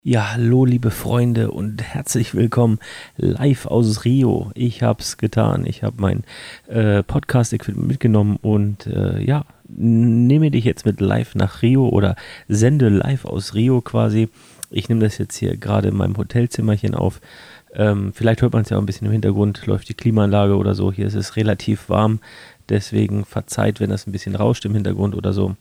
Ja, hallo liebe Freunde und herzlich willkommen live aus Rio. Ich hab's getan. Ich habe mein Podcast-Equipment mitgenommen und ja, nehme dich jetzt mit live nach Rio oder sende live aus Rio quasi. Ich nehme das jetzt hier gerade in meinem Hotelzimmerchen auf. Vielleicht hört man es ja auch ein bisschen im Hintergrund, läuft die Klimaanlage oder so. Hier ist es relativ warm, deswegen verzeiht, wenn das ein bisschen rauscht im Hintergrund oder so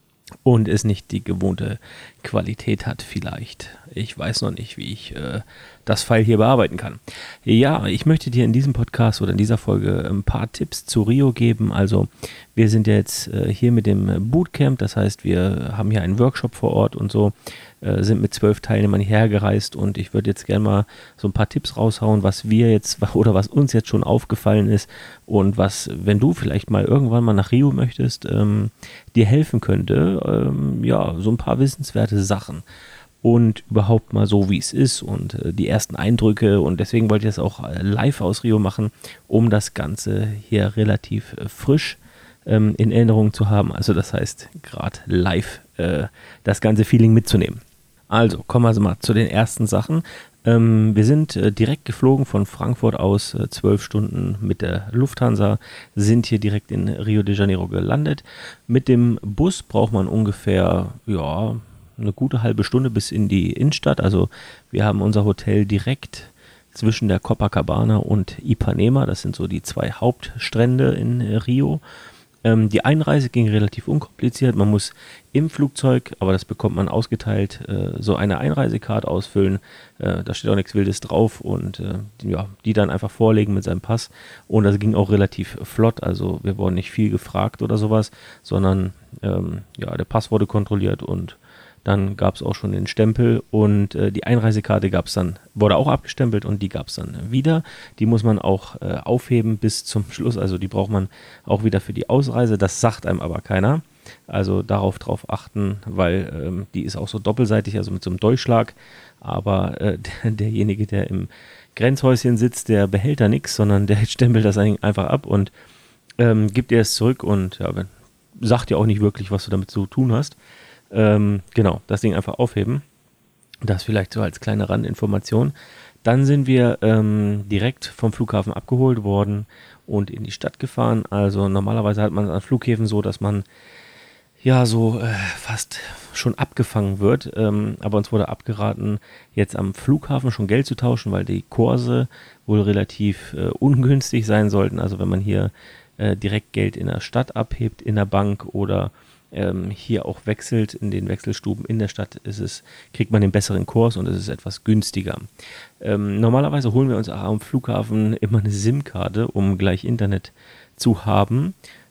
und es nicht die gewohnte Qualität hat vielleicht. Ich weiß noch nicht, wie ich das File hier bearbeiten kann. Ja, ich möchte dir in diesem Podcast oder in dieser Folge ein paar Tipps zu Rio geben. Also wir sind ja jetzt hier mit dem Bootcamp, das heißt, wir haben hier einen Workshop vor Ort und so, sind mit 12 Teilnehmern hierher gereist und ich würde jetzt gerne mal so ein paar Tipps raushauen, was wir jetzt oder was uns jetzt schon aufgefallen ist und was, wenn du vielleicht mal irgendwann mal nach Rio möchtest, dir helfen könnte, ja, so ein paar wissenswerte Sachen und überhaupt mal so, wie es ist und die ersten Eindrücke und deswegen wollte ich das auch live aus Rio machen, um das Ganze hier relativ frisch in Erinnerung zu haben, also das heißt gerade live das ganze Feeling mitzunehmen. Also, kommen wir also mal zu den ersten Sachen. Wir sind direkt geflogen von Frankfurt aus, 12 Stunden mit der Lufthansa, sind hier direkt in Rio de Janeiro gelandet. Mit dem Bus braucht man ungefähr, ja, eine gute halbe Stunde bis in die Innenstadt. Also wir haben unser Hotel direkt zwischen der Copacabana und Ipanema. Das sind so die zwei Hauptstrände in Rio. Die Einreise ging relativ unkompliziert. Man muss im Flugzeug, aber das bekommt man ausgeteilt, so eine Einreisekarte ausfüllen. Da steht auch nichts Wildes drauf und ja, die dann einfach vorlegen mit seinem Pass. Und das ging auch relativ flott. Also wir wurden nicht viel gefragt oder sowas, sondern ja, der Pass wurde kontrolliert und dann gab es auch schon den Stempel und die Einreisekarte wurde auch abgestempelt und die gab es dann wieder. Die muss man auch aufheben bis zum Schluss, also die braucht man auch wieder für die Ausreise. Das sagt einem aber keiner. Also drauf achten, weil die ist auch so doppelseitig, also mit so einem Durchschlag. Aber derjenige, der im Grenzhäuschen sitzt, der behält da nichts, sondern der stempelt das einfach ab und gibt dir es zurück und ja, sagt ja auch nicht wirklich, was du damit zu tun hast. Genau, das Ding einfach aufheben. Das vielleicht so als kleine Randinformation. Dann sind wir direkt vom Flughafen abgeholt worden und in die Stadt gefahren. Also normalerweise hat man an Flughäfen so, dass man ja so fast schon abgefangen wird. Aber uns wurde abgeraten, jetzt am Flughafen schon Geld zu tauschen, weil die Kurse wohl relativ ungünstig sein sollten. Also wenn man hier direkt Geld in der Stadt abhebt, in der Bank oder hier auch wechselt in den Wechselstuben in der Stadt, kriegt man den besseren Kurs und es ist etwas günstiger. Normalerweise holen wir uns auch am Flughafen immer eine SIM-Karte, um gleich Internet zu haben.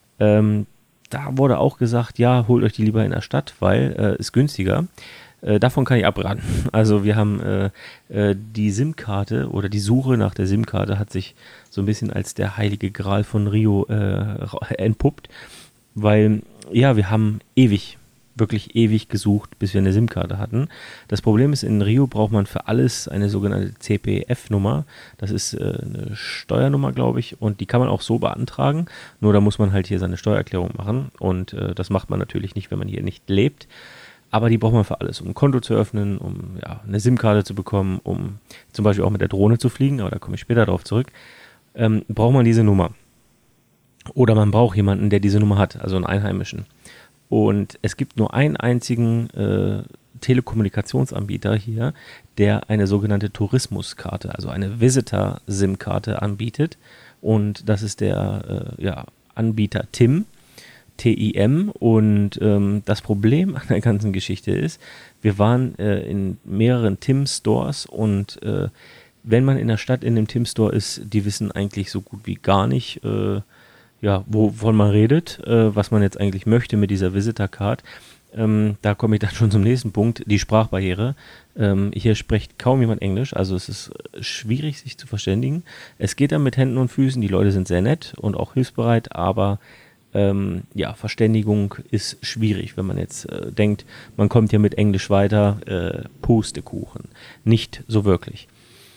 Da wurde auch gesagt, ja, holt euch die lieber in der Stadt, weil ist günstiger. Davon kann ich abraten. Also wir haben die SIM-Karte oder die Suche nach der SIM-Karte hat sich so ein bisschen als der heilige Gral von Rio entpuppt, weil ja, wir haben wirklich ewig gesucht, bis wir eine SIM-Karte hatten. Das Problem ist, in Rio braucht man für alles eine sogenannte CPF-Nummer. Das ist eine Steuernummer, glaube ich, und die kann man auch so beantragen. Nur da muss man halt hier seine Steuererklärung machen und das macht man natürlich nicht, wenn man hier nicht lebt. Aber die braucht man für alles, um ein Konto zu öffnen, um ja, eine SIM-Karte zu bekommen, um zum Beispiel auch mit der Drohne zu fliegen, aber da komme ich später darauf zurück. Braucht man diese Nummer. Oder man braucht jemanden, der diese Nummer hat, also einen Einheimischen. Und es gibt nur einen einzigen Telekommunikationsanbieter hier, der eine sogenannte Tourismuskarte, also eine Visitor-SIM-Karte anbietet. Und das ist der Anbieter TIM, TIM. Und das Problem an der ganzen Geschichte ist, wir waren in mehreren TIM-Stores und wenn man in der Stadt in dem TIM-Store ist, die wissen eigentlich so gut wie gar nicht, ja, wovon man redet, was man jetzt eigentlich möchte mit dieser Visitor-Card. Da komme ich dann schon zum nächsten Punkt, die Sprachbarriere. Hier spricht kaum jemand Englisch, also es ist schwierig, sich zu verständigen. Es geht dann mit Händen und Füßen, die Leute sind sehr nett und auch hilfsbereit, aber ja, Verständigung ist schwierig, wenn man jetzt denkt, man kommt ja mit Englisch weiter, Pustekuchen. Nicht so wirklich.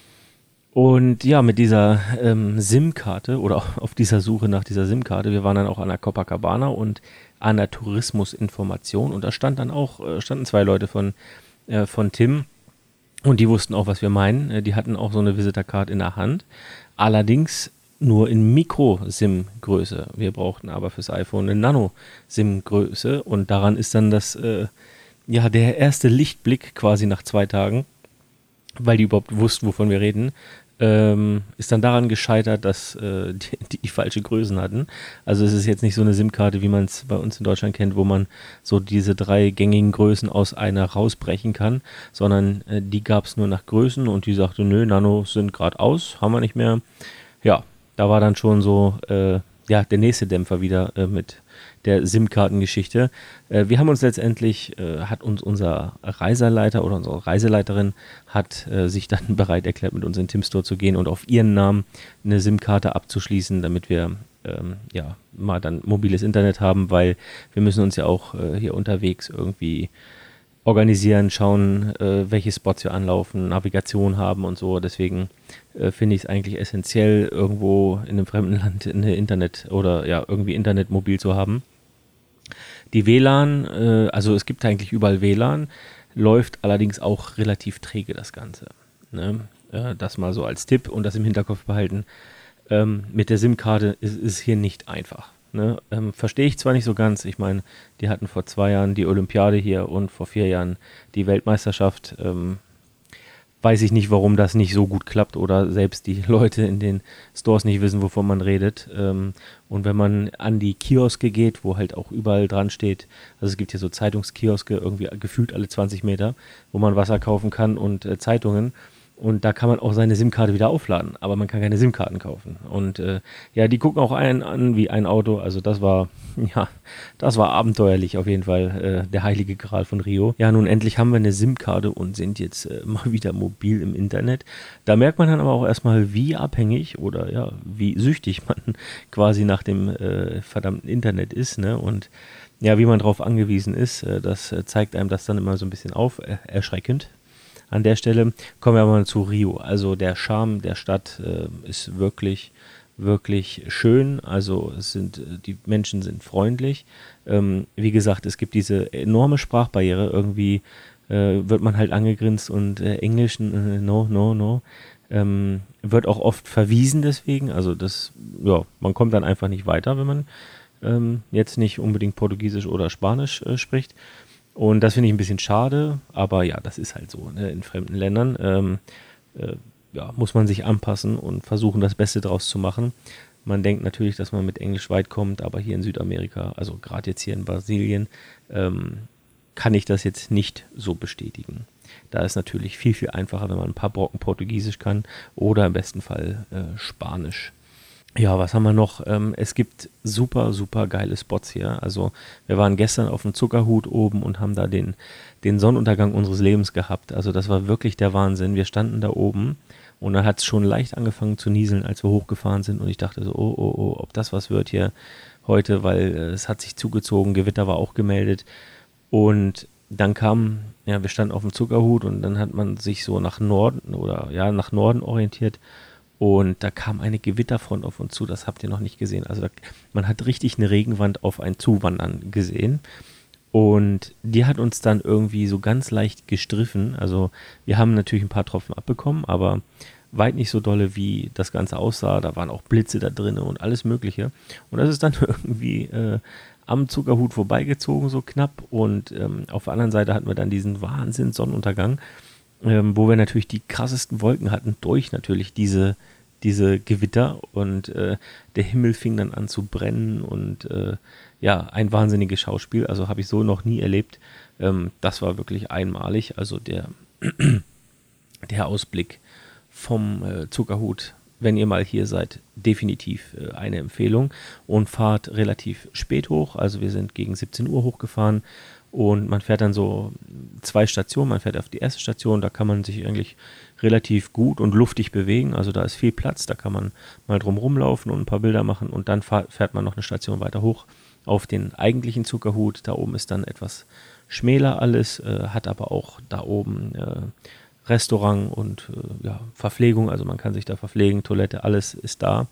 Und ja, mit dieser SIM-Karte oder auf dieser Suche nach dieser SIM-Karte, wir waren dann auch an der Copacabana und an der Tourismusinformation und da standen zwei Leute von TIM Und die wussten auch, was wir meinen. Die hatten auch so eine Visitor-Card in der Hand. Allerdings nur in Micro-SIM-Größe. Wir brauchten aber fürs iPhone eine Nano-SIM-Größe. Und daran ist dann der erste Lichtblick quasi nach 2 Tagen, weil die überhaupt wussten, wovon wir reden, ist dann daran gescheitert, dass die falsche Größen hatten. Also es ist jetzt nicht so eine SIM-Karte, wie man es bei uns in Deutschland kennt, wo man so diese 3 gängigen Größen aus einer rausbrechen kann, sondern die gab es nur nach Größen und die sagte, nö, Nano sind gerade aus, haben wir nicht mehr. Ja, da war dann schon so der nächste Dämpfer wieder mit der SIM-Kartengeschichte. Wir haben uns letztendlich, hat uns unser Reiseleiter oder unsere Reiseleiterin hat sich dann bereit erklärt, mit uns in den Tim-Store zu gehen und auf ihren Namen eine SIM-Karte abzuschließen, damit wir mal dann mobiles Internet haben, weil wir müssen uns ja auch hier unterwegs irgendwie organisieren, schauen, welche Spots wir anlaufen, Navigation haben und so. Deswegen finde ich es eigentlich essentiell, irgendwo in einem fremden Land eine Internet oder ja, irgendwie Internet mobil zu haben. Die WLAN, also es gibt eigentlich überall WLAN, läuft allerdings auch relativ träge das Ganze. Ne? Das mal so als Tipp und das im Hinterkopf behalten. Mit der SIM-Karte ist es hier nicht einfach. Ne? Verstehe ich zwar nicht so ganz, ich meine, die hatten vor 2 Jahren die Olympiade hier und vor 4 Jahren die Weltmeisterschaft. Weiß ich nicht, warum das nicht so gut klappt oder selbst die Leute in den Stores nicht wissen, wovon man redet. Und wenn man an die Kioske geht, wo halt auch überall dran steht, also es gibt hier so Zeitungskioske, irgendwie gefühlt alle 20 Meter, wo man Wasser kaufen kann und Zeitungen. Und da kann man auch seine SIM-Karte wieder aufladen, aber man kann keine SIM-Karten kaufen. Und die gucken auch einen an wie ein Auto. Also das war abenteuerlich auf jeden Fall, der heilige Gral von Rio. Ja, nun endlich haben wir eine SIM-Karte und sind jetzt mal wieder mobil im Internet. Da merkt man dann aber auch erstmal, wie abhängig oder ja, wie süchtig man quasi nach dem verdammten Internet ist, ne? Und ja, wie man drauf angewiesen ist, das zeigt einem das dann immer so ein bisschen auf, erschreckend. An der Stelle kommen wir aber mal zu Rio. Also der Charme der Stadt ist wirklich, wirklich schön. Also die Menschen sind freundlich. Wie gesagt, es gibt diese enorme Sprachbarriere. Irgendwie wird man halt angegrinst und Englisch, no. Wird auch oft verwiesen deswegen. Also man kommt dann einfach nicht weiter, wenn man jetzt nicht unbedingt Portugiesisch oder Spanisch spricht. Und das finde ich ein bisschen schade, aber ja, das ist halt so, ne? In fremden Ländern muss man sich anpassen und versuchen, das Beste draus zu machen. Man denkt natürlich, dass man mit Englisch weit kommt, aber hier in Südamerika, also gerade jetzt hier in Brasilien, kann ich das jetzt nicht so bestätigen. Da ist natürlich viel, viel einfacher, wenn man ein paar Brocken Portugiesisch kann oder im besten Fall Spanisch. Ja, was haben wir noch? Es gibt super, super geile Spots hier. Also wir waren gestern auf dem Zuckerhut oben und haben da den Sonnenuntergang unseres Lebens gehabt. Also das war wirklich der Wahnsinn. Wir standen da oben und dann hat es schon leicht angefangen zu nieseln, als wir hochgefahren sind. Und ich dachte so, oh, ob das was wird hier heute, weil es hat sich zugezogen, Gewitter war auch gemeldet. Und dann wir standen auf dem Zuckerhut und dann hat man sich so nach Norden orientiert. Und da kam eine Gewitterfront auf uns zu, das habt ihr noch nicht gesehen. Also man hat richtig eine Regenwand auf ein Zuwandern gesehen. Und die hat uns dann irgendwie so ganz leicht gestriffen. Also wir haben natürlich ein paar Tropfen abbekommen, aber weit nicht so dolle, wie das Ganze aussah. Da waren auch Blitze da drin und alles Mögliche. Und das ist dann irgendwie am Zuckerhut vorbeigezogen, so knapp. Und auf der anderen Seite hatten wir dann diesen Wahnsinn-Sonnenuntergang, wo wir natürlich die krassesten Wolken hatten durch natürlich diese Gewitter und der Himmel fing dann an zu brennen und ein wahnsinniges Schauspiel, also habe ich so noch nie erlebt. Das war wirklich einmalig, also der Ausblick vom Zuckerhut, wenn ihr mal hier seid, definitiv eine Empfehlung und fahrt relativ spät hoch, also wir sind gegen 17 Uhr hochgefahren. Und man fährt dann so 2 Stationen, man fährt auf die erste Station, da kann man sich eigentlich relativ gut und luftig bewegen, also da ist viel Platz, da kann man mal drum rumlaufen und ein paar Bilder machen und dann fährt man noch eine Station weiter hoch auf den eigentlichen Zuckerhut, da oben ist dann etwas schmäler alles, hat aber auch da oben Restaurant und Verpflegung, also man kann sich da verpflegen, Toilette, alles ist da.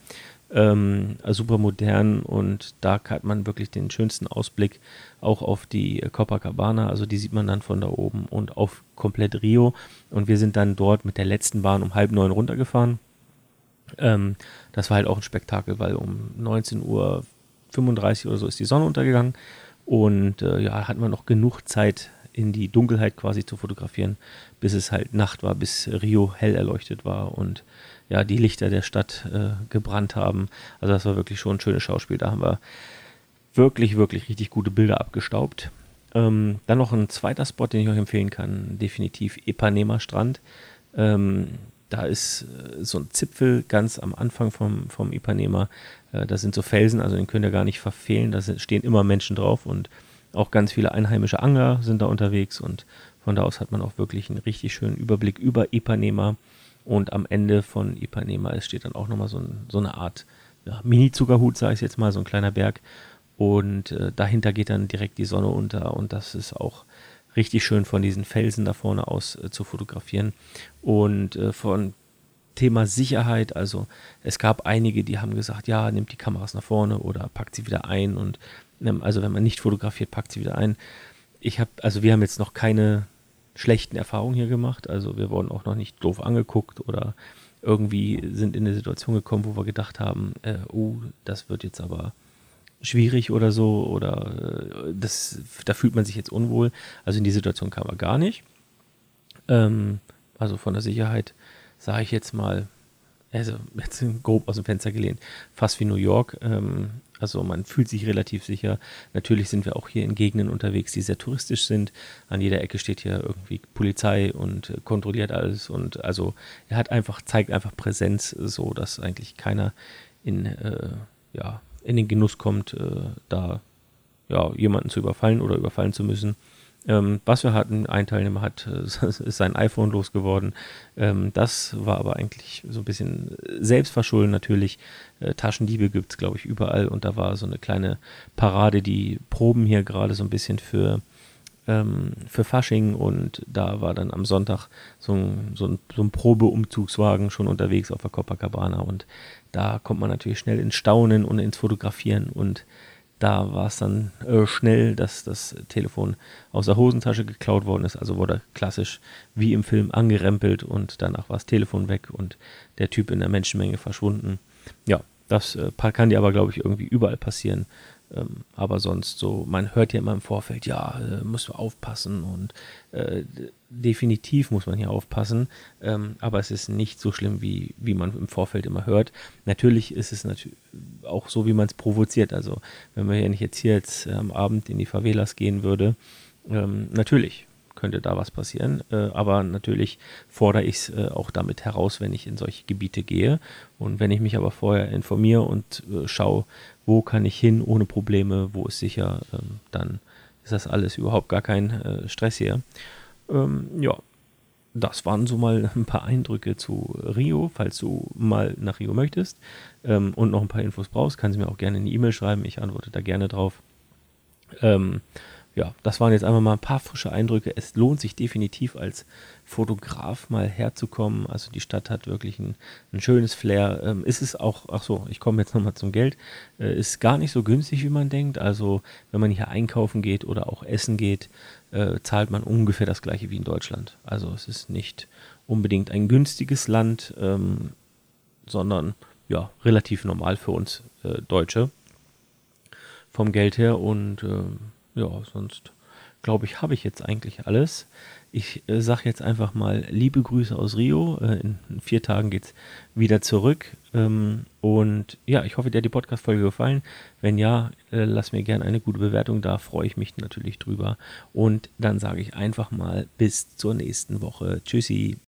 super modern, und da hat man wirklich den schönsten Ausblick auch auf die Copacabana, also die sieht man dann von da oben und auf komplett Rio, und wir sind dann dort mit der letzten Bahn um 8:30 runtergefahren. Das war halt auch ein Spektakel, weil um 19:35 Uhr oder so ist die Sonne untergegangen, und ja, hatten wir noch genug Zeit in die Dunkelheit quasi zu fotografieren, bis es halt Nacht war, bis Rio hell erleuchtet war und ja, die Lichter der Stadt gebrannt haben. Also das war wirklich schon ein schönes Schauspiel. Da haben wir wirklich, wirklich richtig gute Bilder abgestaubt. Dann noch ein zweiter Spot, den ich euch empfehlen kann, definitiv Ipanema Strand. Da ist so ein Zipfel ganz am Anfang vom Ipanema. Da sind so Felsen, also den könnt ihr gar nicht verfehlen. Da stehen immer Menschen drauf, und auch ganz viele einheimische Angler sind da unterwegs, und von da aus hat man auch wirklich einen richtig schönen Überblick über Ipanema, und am Ende von Ipanema steht dann auch nochmal so eine Art Mini-Zuckerhut, sage ich jetzt mal, so ein kleiner Berg, und dahinter geht dann direkt die Sonne unter, und das ist auch richtig schön von diesen Felsen da vorne aus zu fotografieren. Und von Thema Sicherheit, also es gab einige, die haben gesagt, ja, nimmt die Kameras nach vorne oder packt sie wieder ein, und also wenn man nicht fotografiert, packt sie wieder ein. Also wir haben jetzt noch keine schlechten Erfahrungen hier gemacht, also wir wurden auch noch nicht doof angeguckt oder irgendwie sind in eine Situation gekommen, wo wir gedacht haben, das wird jetzt aber schwierig oder so, oder da fühlt man sich jetzt unwohl. Also in die Situation kam er gar nicht. Also von der Sicherheit sage ich jetzt mal, also jetzt grob aus dem Fenster gelehnt, fast wie New York. Also man fühlt sich relativ sicher. Natürlich sind wir auch hier in Gegenden unterwegs, die sehr touristisch sind. An jeder Ecke steht hier irgendwie Polizei und kontrolliert alles. Und also zeigt einfach Präsenz, so dass eigentlich keiner in den Genuss kommt, da jemanden zu überfallen oder überfallen zu müssen. Was wir hatten, ein Teilnehmer ist sein iPhone losgeworden. Das war aber eigentlich so ein bisschen selbstverschulden natürlich. Taschendiebe gibt es, glaube ich, überall, und da war so eine kleine Parade, die proben hier gerade so ein bisschen für Fasching, und da war dann am Sonntag so ein Probeumzugswagen schon unterwegs auf der Copacabana, und da kommt man natürlich schnell ins Staunen und ins Fotografieren, und da war es dann schnell, dass das Telefon aus der Hosentasche geklaut worden ist. Also wurde klassisch wie im Film angerempelt, und danach war das Telefon weg und der Typ in der Menschenmenge verschwunden. Ja, das kann dir aber, glaube ich, irgendwie überall passieren. Aber sonst so, man hört ja immer im Vorfeld, musst du aufpassen, und definitiv muss man hier aufpassen, aber es ist nicht so schlimm, wie man im Vorfeld immer hört. Natürlich ist es auch so, wie man es provoziert. Also wenn man ja nicht jetzt am Abend in die Favelas gehen würde, natürlich könnte da was passieren, aber natürlich fordere ich es auch damit heraus, wenn ich in solche Gebiete gehe, und wenn ich mich aber vorher informiere und schaue, wo kann ich hin ohne Probleme, wo ist sicher, dann ist das alles überhaupt gar kein Stress hier. Das waren so mal ein paar Eindrücke zu Rio, falls du mal nach Rio möchtest und noch ein paar Infos brauchst, kannst du mir auch gerne eine E-Mail schreiben, ich antworte da gerne drauf. Das waren jetzt einfach mal ein paar frische Eindrücke. Es lohnt sich definitiv als Fotograf mal herzukommen. Also die Stadt hat wirklich ein schönes Flair. Ist es auch, ich komme jetzt nochmal zum Geld, ist gar nicht so günstig, wie man denkt. Also wenn man hier einkaufen geht oder auch essen geht, zahlt man ungefähr das gleiche wie in Deutschland. Also es ist nicht unbedingt ein günstiges Land, sondern relativ normal für uns Deutsche vom Geld her, und sonst glaube ich, habe ich jetzt eigentlich alles. Ich sage jetzt einfach mal liebe Grüße aus Rio. In 4 Tagen geht es wieder zurück. Und ja, ich hoffe, dir hat die Podcast-Folge gefallen. Wenn ja, lass mir gerne eine gute Bewertung da. Freue ich mich natürlich drüber. Und dann sage ich einfach mal bis zur nächsten Woche. Tschüssi.